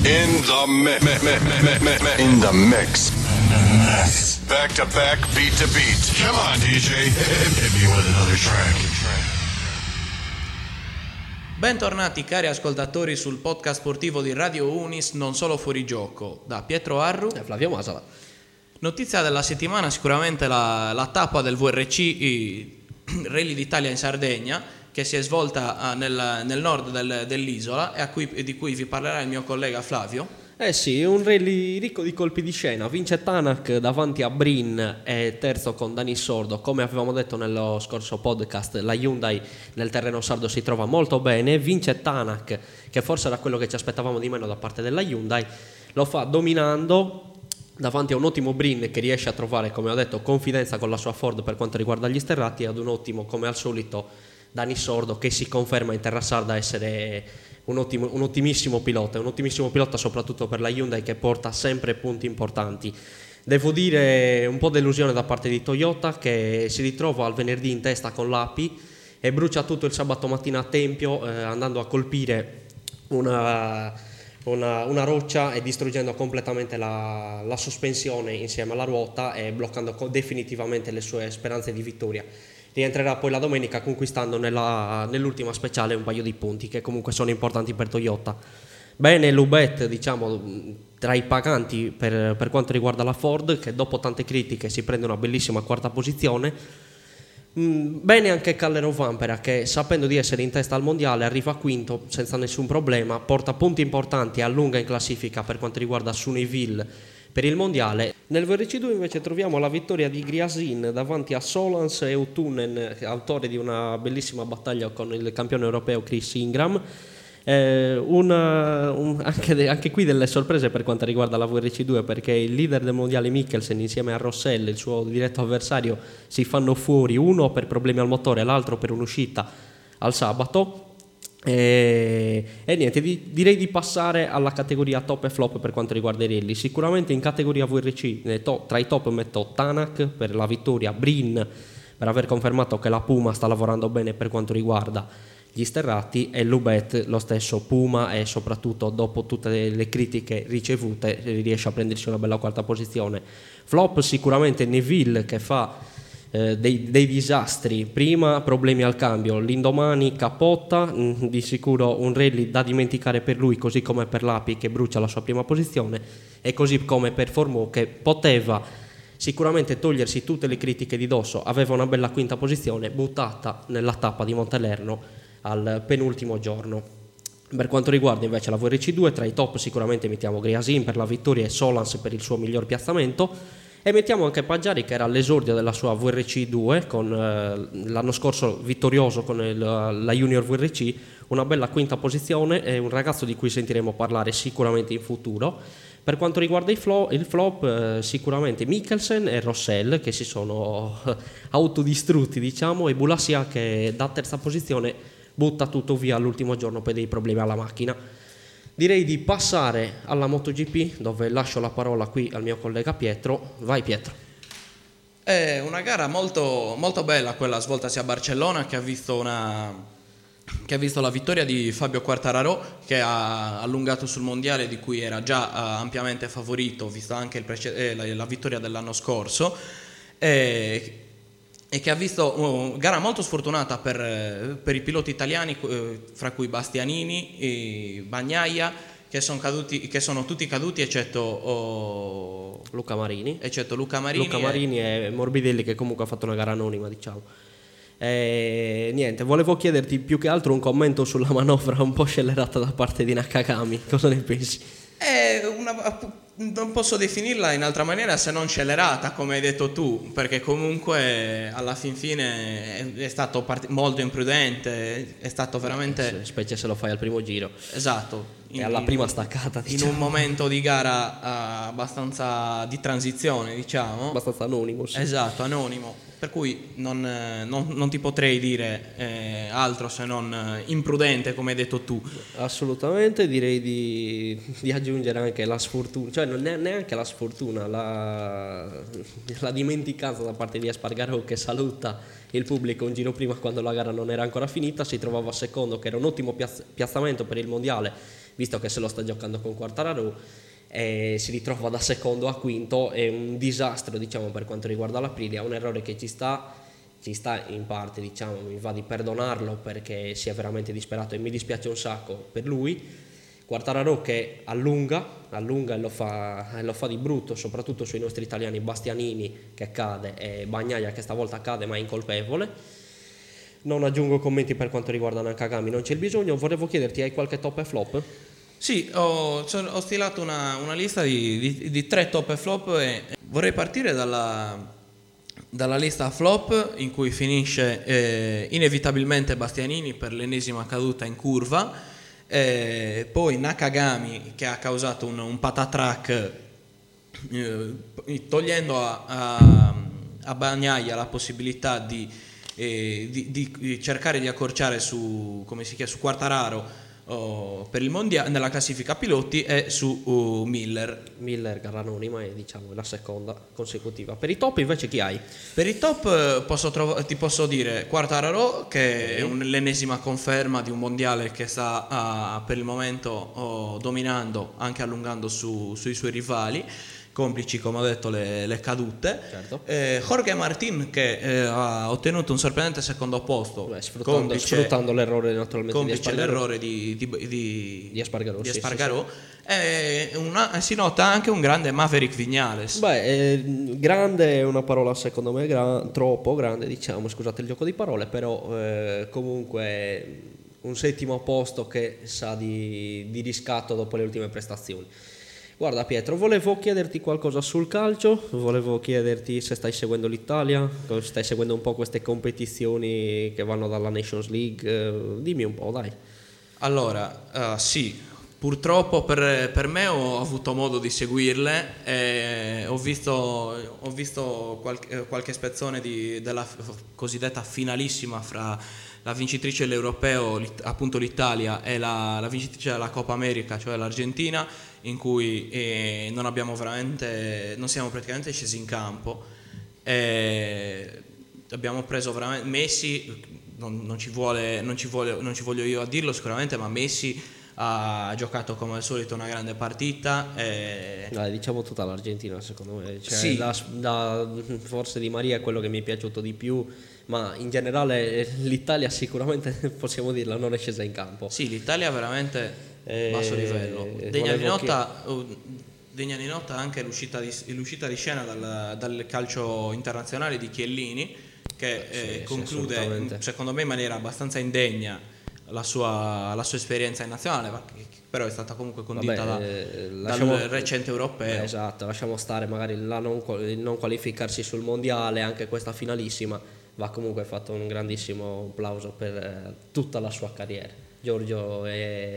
In the in the mix. Back to back, beat to beat. Come on, DJ. Hit me with another track. Bentornati cari ascoltatori sul podcast sportivo di Radio Unis Non Solo Fuori Gioco, da Pietro Arru e Flavio Masala. Notizia della settimana sicuramente la tappa del VRC Rally d'Italia in Sardegna, che si è svolta nel nord dell'isola e di cui vi parlerà il mio collega Flavio. Sì, un rally ricco di colpi di scena. Vince Tanak davanti a Brin e terzo con Dani Sordo. Come avevamo detto nello scorso podcast, la Hyundai nel terreno sardo si trova molto bene. Vince Tanak, che forse era quello che ci aspettavamo di meno da parte della Hyundai, lo fa dominando davanti a un ottimo Brin che riesce a trovare, come ho detto, confidenza con la sua Ford per quanto riguarda gli sterrati, e ad un ottimo, come al solito, Dani Sordo, che si conferma in terra sarda essere un ottimissimo pilota soprattutto per la Hyundai, che porta sempre punti importanti. Devo dire un po' delusione da parte di Toyota, che si ritrova al venerdì in testa con l'API e brucia tutto il sabato mattina a Tempio, andando a colpire una roccia e distruggendo completamente la sospensione insieme alla ruota e bloccando definitivamente le sue speranze di vittoria. Rientrerà poi la domenica conquistando nell'ultima speciale un paio di punti che comunque sono importanti per Toyota. Bene Lubet, diciamo, tra i paganti per quanto riguarda la Ford, che dopo tante critiche si prende una bellissima quarta posizione. Bene anche Kalle Rovanperä, che sapendo di essere in testa al mondiale arriva quinto senza nessun problema, porta punti importanti e allunga in classifica per quanto riguarda Sunnyville per il mondiale. Nel VRC2 invece troviamo la vittoria di Griasin davanti a Solans e Utunen, autore di una bellissima battaglia con il campione europeo Chris Ingram. Anche qui delle sorprese per quanto riguarda la VRC2, perché il leader del mondiale Mikkelsen insieme a Rossell, il suo diretto avversario, si fanno fuori, uno per problemi al motore, l'altro per un'uscita al sabato. E niente, direi di passare alla categoria top e flop per quanto riguarda i rally. Sicuramente in categoria VRC tra i top metto Tanak per la vittoria, Brin per aver confermato che la Puma sta lavorando bene per quanto riguarda gli sterrati, e Lubet lo stesso Puma, e soprattutto dopo tutte le critiche ricevute riesce a prendersi una bella quarta posizione. Flop sicuramente Neville, che fa dei disastri, prima problemi al cambio, l'indomani capotta, di sicuro un rally da dimenticare per lui, così come per l'Api che brucia la sua prima posizione, e così come per Formò, che poteva sicuramente togliersi tutte le critiche di dosso, aveva una bella quinta posizione buttata nella tappa di Montelerno al penultimo giorno. Per quanto riguarda invece la VRC2, tra i top sicuramente mettiamo Griasin per la vittoria e Solans per il suo miglior piazzamento, e mettiamo anche Paggiari, che era all'esordio della sua VRC2 con l'anno scorso vittorioso con la Junior VRC, una bella quinta posizione, e un ragazzo di cui sentiremo parlare sicuramente in futuro. Per quanto riguarda il flop, sicuramente Mikkelsen e Rossell, che si sono autodistrutti, diciamo, e Bulassia, che da terza posizione butta tutto via all'ultimo giorno per dei problemi alla macchina. Direi di passare alla MotoGP, dove lascio la parola qui al mio collega Pietro. Vai Pietro. È una gara molto, molto bella quella svoltasi a Barcellona, che ha visto la vittoria di Fabio Quartararo, che ha allungato sul mondiale, di cui era già ampiamente favorito, vista anche la vittoria dell'anno scorso, e che ha visto gara molto sfortunata per i piloti italiani, fra cui Bastianini e Bagnaia, che sono tutti caduti eccetto Luca Marini e Morbidelli, che comunque ha fatto una gara anonima, diciamo. Niente, volevo chiederti più che altro un commento sulla manovra un po' scellerata da parte di Nakagami. Cosa ne pensi? Non posso definirla in altra maniera se non scellerata, come hai detto tu, perché comunque alla fin fine è stato molto imprudente, è stato veramente, specie se lo fai al primo giro. Esatto, e alla prima staccata, diciamo. In un momento di gara abbastanza di transizione, diciamo, abbastanza anonimo, sì. Esatto, anonimo, per cui non ti potrei dire altro se non imprudente, come hai detto tu. Assolutamente, direi di aggiungere anche la sfortuna, cioè non è neanche la sfortuna, la dimenticanza da parte di Espargaro, che saluta il pubblico un giro prima, quando la gara non era ancora finita. Si trovava secondo, che era un ottimo piazzamento per il mondiale, visto che se lo sta giocando con Quartararo, e si ritrova da secondo a quinto. È un disastro, diciamo, per quanto riguarda l'Aprilia, un errore che ci sta in parte, diciamo, mi va di perdonarlo perché si è veramente disperato e mi dispiace un sacco per lui. Quartararo che allunga e lo fa di brutto, soprattutto sui nostri italiani, Bastianini che cade e Bagnaia che stavolta cade ma è incolpevole. Non aggiungo commenti per quanto riguarda Nakagami, non c'è il bisogno. Volevo chiederti, hai qualche top e flop? Sì, ho stilato una lista di 3 top e flop e vorrei partire dalla lista flop, in cui finisce inevitabilmente Bastianini per l'ennesima caduta in curva, poi Nakagami che ha causato un patatrack, togliendo a Bagnaia la possibilità di cercare di accorciare su Quartararo per il mondiale nella classifica piloti, e su Miller Garranoni, ma è, diciamo, la seconda consecutiva. Per i top invece chi hai? Per i top ti posso dire Quartararo, che è l'ennesima conferma di un mondiale che sta per il momento dominando, anche allungando sui suoi rivali, complici, come ho detto, le cadute. Certo. Jorge Martin che ha ottenuto un sorprendente secondo posto, sfruttando l'errore naturalmente complice di l'errore di Espargaró. Espargaró. Si nota anche un grande Maverick Viñales. Grande è una parola secondo me troppo grande, diciamo, scusate il gioco di parole, però comunque un settimo posto che sa di riscatto dopo le ultime prestazioni. Guarda Pietro, volevo chiederti qualcosa sul calcio, volevo chiederti se stai seguendo l'Italia, stai seguendo un po' queste competizioni che vanno dalla Nations League, dimmi un po', dai. Allora, sì, purtroppo per me ho avuto modo di seguirle, ho visto qualche spezzone della cosiddetta finalissima fra la vincitrice dell'Europeo, appunto l'Italia, e la vincitrice della Coppa America, cioè l'Argentina, in cui non siamo praticamente scesi in campo. Abbiamo preso veramente Messi, non ci voglio io a dirlo sicuramente, ma Messi ha giocato come al solito una grande partita. Diciamo tutta l'Argentina secondo me, cioè, sì. Forse Di Maria è quello che mi è piaciuto di più, ma in generale l'Italia sicuramente possiamo dirlo non è scesa in campo. Sì, l'Italia veramente basso livello. Degna di nota anche l'uscita di scena dal calcio internazionale di Chiellini, che conclude secondo me in maniera abbastanza indegna la sua esperienza in nazionale, però è stata comunque condita dal recente europeo. Esatto, lasciamo stare magari il non qualificarsi sul mondiale, anche questa finalissima va comunque fatto un grandissimo applauso per tutta la sua carriera. Giorgio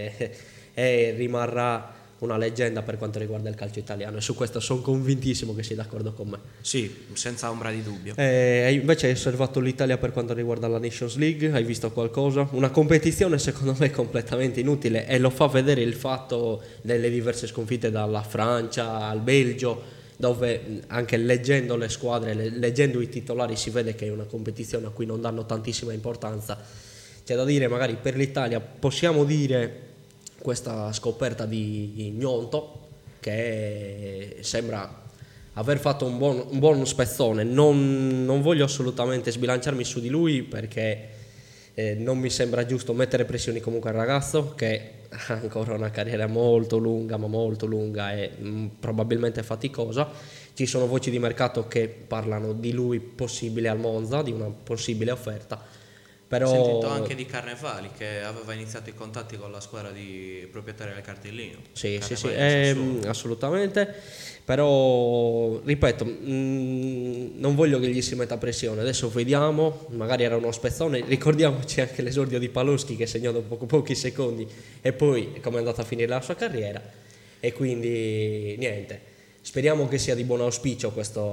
rimarrà una leggenda per quanto riguarda il calcio italiano, e su questo sono convintissimo che sei d'accordo con me. Sì, senza ombra di dubbio. Invece hai osservato l'Italia per quanto riguarda la Nations League, hai visto qualcosa? Una competizione secondo me completamente inutile, e lo fa vedere il fatto delle diverse sconfitte dalla Francia al Belgio, dove anche leggendo le squadre, leggendo i titolari, si vede che è una competizione a cui non danno tantissima importanza. C'è da dire, magari per l'Italia possiamo dire questa scoperta di Gnonto, che sembra aver fatto un buon spezzone. Non voglio assolutamente sbilanciarmi su di lui, perché non mi sembra giusto mettere pressioni comunque al ragazzo, che ha ancora una carriera molto lunga e probabilmente faticosa. Ci sono voci di mercato che parlano di lui possibile al Monza, di una possibile offerta. Però... Ho sentito anche di Carnevali, che aveva iniziato i contatti con la squadra di proprietaria del cartellino. Sì, assolutamente. Però, ripeto, non voglio che gli si metta pressione. Adesso vediamo, magari era uno spezzone. Ricordiamoci anche l'esordio di Paloschi, che segnò dopo pochi secondi, e poi come è andata a finire la sua carriera. E quindi, niente, speriamo che sia di buon auspicio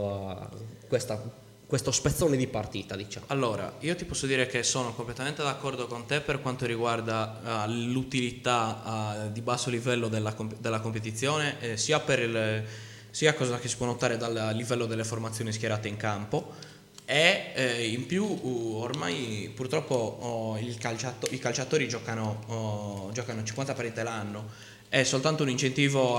questo spezzone di partita, diciamo. Allora, io ti posso dire che sono completamente d'accordo con te per quanto riguarda l'utilità di basso livello della competizione, sia cosa che si può notare dal livello delle formazioni schierate in campo, e in più ormai purtroppo i calciatori giocano 50 partite l'anno, è soltanto un incentivo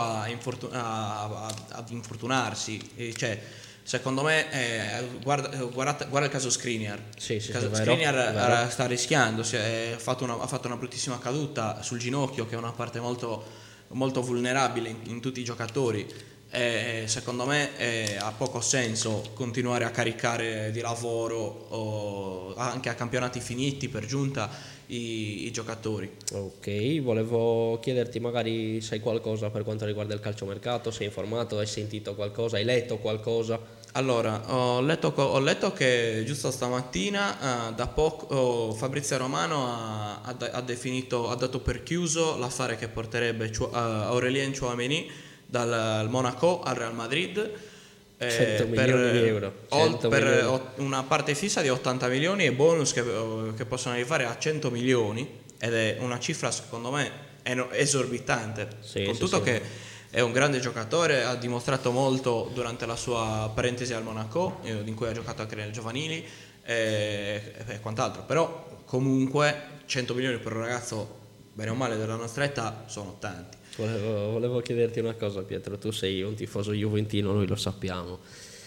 ad infortunarsi. Cioè, secondo me, guarda il caso Skriniar. Sì, Skriniar sta rischiando, ha fatto una bruttissima caduta sul ginocchio, che è una parte molto, molto vulnerabile in tutti i giocatori. Secondo me ha poco senso continuare a caricare di lavoro anche a campionati finiti per giunta i giocatori. Ok, volevo chiederti magari sai qualcosa per quanto riguarda il calciomercato, sei informato, hai sentito qualcosa, hai letto qualcosa? Allora, ho letto che giusto stamattina da poco Fabrizio Romano ha dato per chiuso l'affare che porterebbe Aurélien Tchouaméni dal Monaco al Real Madrid 100 milioni di euro per una parte fissa di 80 milioni e bonus che possono arrivare a 100 milioni, ed è una cifra secondo me esorbitante, tutto che è un grande giocatore, ha dimostrato molto durante la sua parentesi al Monaco, in cui ha giocato anche nelle giovanili e quant'altro, però comunque 100 milioni per un ragazzo bene o male della nostra età sono tanti. Volevo chiederti una cosa, Pietro, tu sei un tifoso juventino, noi lo sappiamo.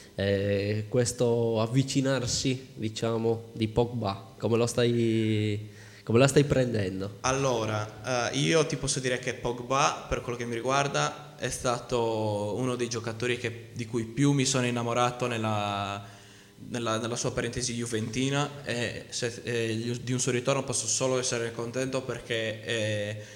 Questo avvicinarsi, diciamo, di Pogba, come la stai prendendo? Allora, io ti posso dire che Pogba, per quello che mi riguarda, è stato uno dei giocatori di cui più mi sono innamorato nella sua parentesi juventina, e di un suo ritorno posso solo essere contento, perché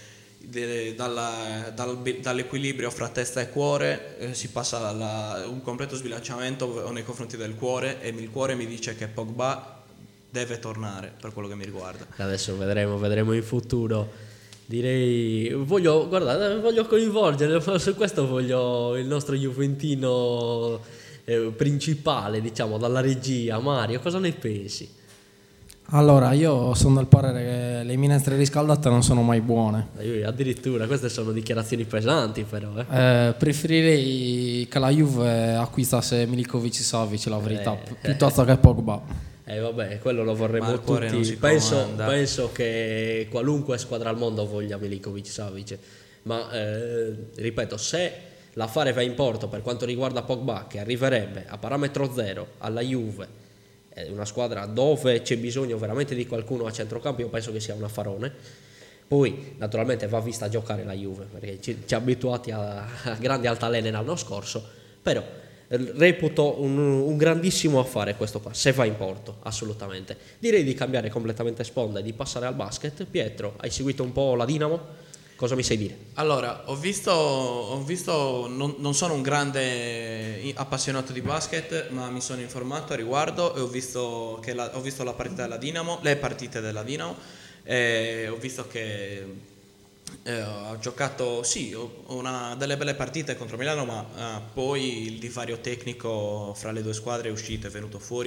dall'equilibrio fra testa e cuore si passa a un completo sbilanciamento nei confronti del cuore, e il cuore mi dice che Pogba deve tornare, per quello che mi riguarda. Adesso vedremo in futuro. Direi voglio coinvolgere su questo, voglio il nostro juventino principale, diciamo, dalla regia. Mario, cosa ne pensi? Allora, io sono del parere che le minestre riscaldate non sono mai buone. Addirittura, queste sono dichiarazioni pesanti, però. Preferirei che la Juve acquistasse Milinkovic-Savic, la verità, piuttosto che Pogba. Vabbè, quello lo vorremmo tutti. Penso che qualunque squadra al mondo voglia Milinkovic-Savic, ma ripeto, se l'affare va in porto per quanto riguarda Pogba, che arriverebbe a parametro zero alla Juve, una squadra dove c'è bisogno veramente di qualcuno a centrocampo, io penso che sia un affarone. Poi naturalmente va vista giocare la Juve, perché ci ha abituati a grandi altalene l'anno scorso, però reputo un grandissimo affare questo qua, se va in porto, assolutamente. Direi di cambiare completamente sponda e di passare al basket. Pietro, hai seguito un po' la Dinamo? Cosa mi sai dire? Allora, ho visto non sono un grande appassionato di basket, ma mi sono informato a riguardo e ho visto la partita della Dinamo, le partite della Dinamo, e ho visto che ha giocato delle belle partite contro Milano, ma poi il divario tecnico fra le due squadre è uscito, è venuto fuori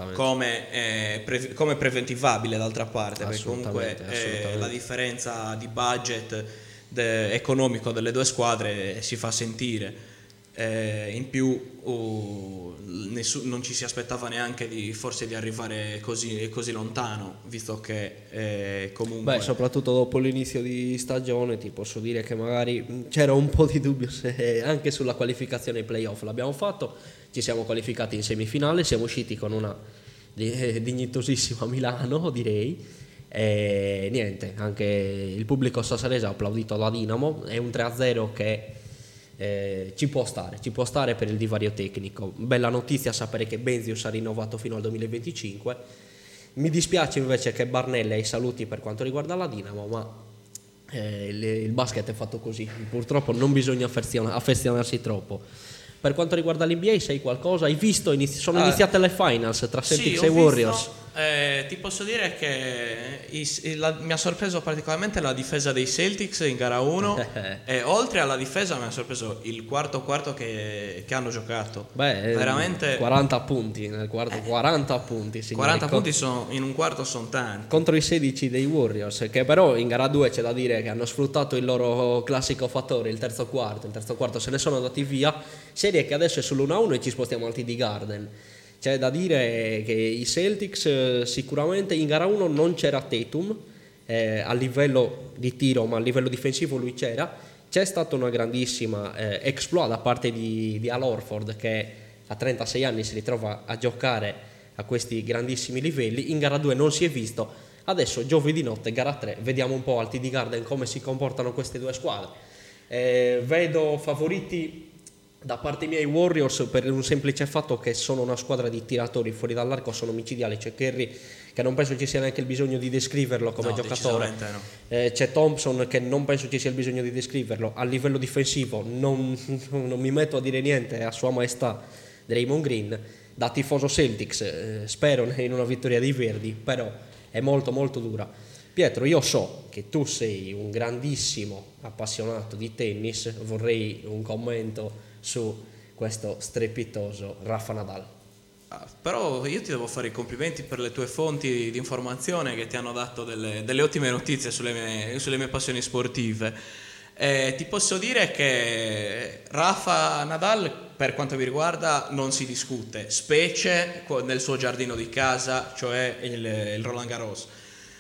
come preventivabile, d'altra parte, perché comunque la differenza di budget economico delle due squadre si fa sentire. In più non ci si aspettava neanche forse di arrivare così lontano, visto che comunque soprattutto dopo l'inizio di stagione ti posso dire che magari c'era un po' di dubbio anche sulla qualificazione ai playoff. L'abbiamo fatto, ci siamo qualificati in semifinale, siamo usciti con una dignitosissima Milano, direi, e niente, anche il pubblico sassarese ha applaudito la Dinamo. È un 3-0 che ci può stare per il divario tecnico. Bella notizia sapere che Benzius ha rinnovato fino al 2025. Mi dispiace invece che Barnella ha i saluti per quanto riguarda la Dinamo, ma il basket è fatto così, purtroppo non bisogna affezionarsi troppo. Per quanto riguarda l'NBA sai qualcosa? Hai visto? Sono iniziate le finals tra Celtics e Warriors. Ti posso dire che mi ha sorpreso particolarmente la difesa dei Celtics in gara 1 e oltre alla difesa mi ha sorpreso il quarto che hanno giocato. Veramente 40 punti nel quarto, 40 punti. 40 punti in un quarto sono tanti. Contro i 16 dei Warriors, che però in gara 2 c'è da dire che hanno sfruttato il loro classico fattore, il terzo quarto se ne sono andati via. Serie che adesso è sull'1-1 e ci spostiamo al TD Garden. C'è da dire che i Celtics sicuramente in gara 1 non c'era Tatum a livello di tiro, ma a livello difensivo lui c'era. C'è stata una grandissima exploit da parte di Al Horford, che a 36 anni si ritrova a giocare a questi grandissimi livelli. In gara 2 non si è visto, adesso giovedì notte, gara 3, vediamo un po' al TD Garden come si comportano queste due squadre. Vedo favoriti da parte miei Warriors per un semplice fatto che sono una squadra di tiratori fuori dall'arco, sono micidiali. C'è Curry, che non penso ci sia neanche il bisogno di descriverlo come giocatore, no. C'è Thompson, che non penso ci sia il bisogno di descriverlo. A livello difensivo non mi metto a dire niente, a sua maestà Draymond Green. Da tifoso Celtics spero in una vittoria dei Verdi, però è molto molto dura. Pietro, io so che tu sei un grandissimo appassionato di tennis, vorrei un commento su questo strepitoso Rafa Nadal. Però io ti devo fare i complimenti per le tue fonti di informazione che ti hanno dato delle ottime notizie sulle mie passioni sportive. Ti posso dire che Rafa Nadal, per quanto mi riguarda, non si discute, specie nel suo giardino di casa, cioè il Roland Garros.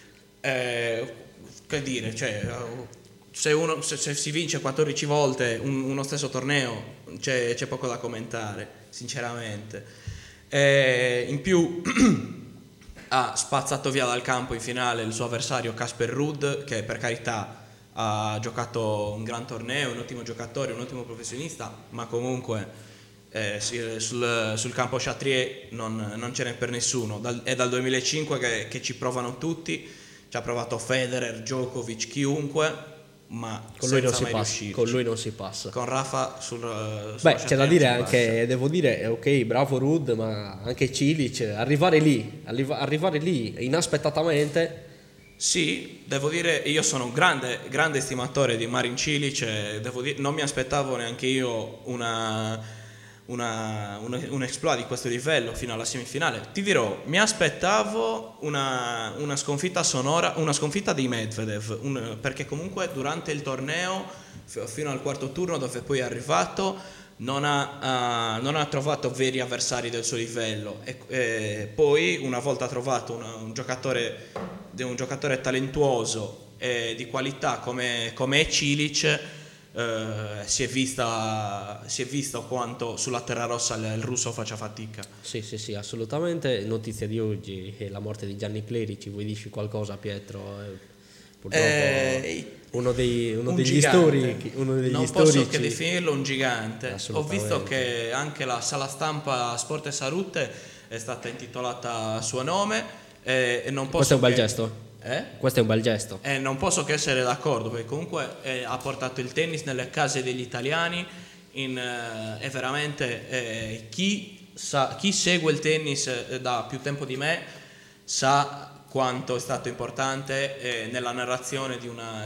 Che dire, cioè, se si vince 14 volte uno stesso torneo c'è poco da commentare, sinceramente. In più ha spazzato via dal campo in finale il suo avversario Casper Ruud, che per carità ha giocato un gran torneo, un ottimo giocatore, un ottimo professionista, ma comunque sul campo Chatrier non ce n'è per nessuno. È dal 2005 che ci provano tutti, ci ha provato Federer, Djokovic, chiunque, ma con lui non si passa. Con Rafa c'è da dire anche, devo dire, ok, bravo Ruud, ma anche Cilic, arrivare lì inaspettatamente. Sì, devo dire, io sono un grande estimatore di Marin Cilic, devo dire, non mi aspettavo neanche io un exploit di questo livello fino alla semifinale. Ti dirò, mi aspettavo una sconfitta sonora, una sconfitta di Medvedev, perché comunque durante il torneo fino al quarto turno, dove poi è arrivato, non ha trovato veri avversari del suo livello, e poi una volta trovato un giocatore talentuoso e di qualità come è Cilic, si è visto quanto sulla terra rossa il russo faccia fatica. Sì, assolutamente. Notizia di oggi è la morte di Gianni Clerici. Vuoi dirci qualcosa, Pietro? Purtroppo uno degli storici. Non posso che definirlo un gigante. Ho visto che anche la sala stampa Sport e Salute è stata intitolata a suo nome, e non posso. Questo è un bel gesto. Questo è un bel gesto. Non posso che essere d'accordo, perché comunque ha portato il tennis nelle case degli italiani, e veramente chi segue il tennis da più tempo di me sa quanto è stato importante nella narrazione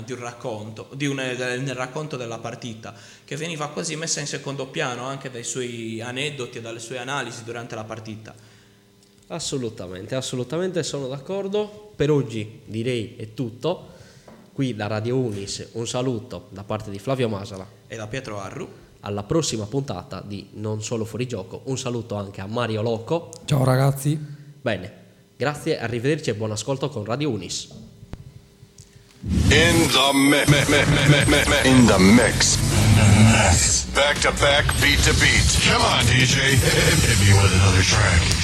nel racconto della partita, che veniva quasi messa in secondo piano anche dai suoi aneddoti e dalle sue analisi durante la partita. Assolutamente sono d'accordo. Per oggi direi è tutto. Qui da Radio Unis un saluto da parte di Flavio Masala e da Pietro Arru. Alla prossima puntata di Non Solo Fuori Gioco. Un saluto anche a Mario Locco. Ciao ragazzi. Bene, grazie, arrivederci e buon ascolto con Radio Unis. In the mix. Back to back, beat to beat. Come on, DJ. Hit me with another track.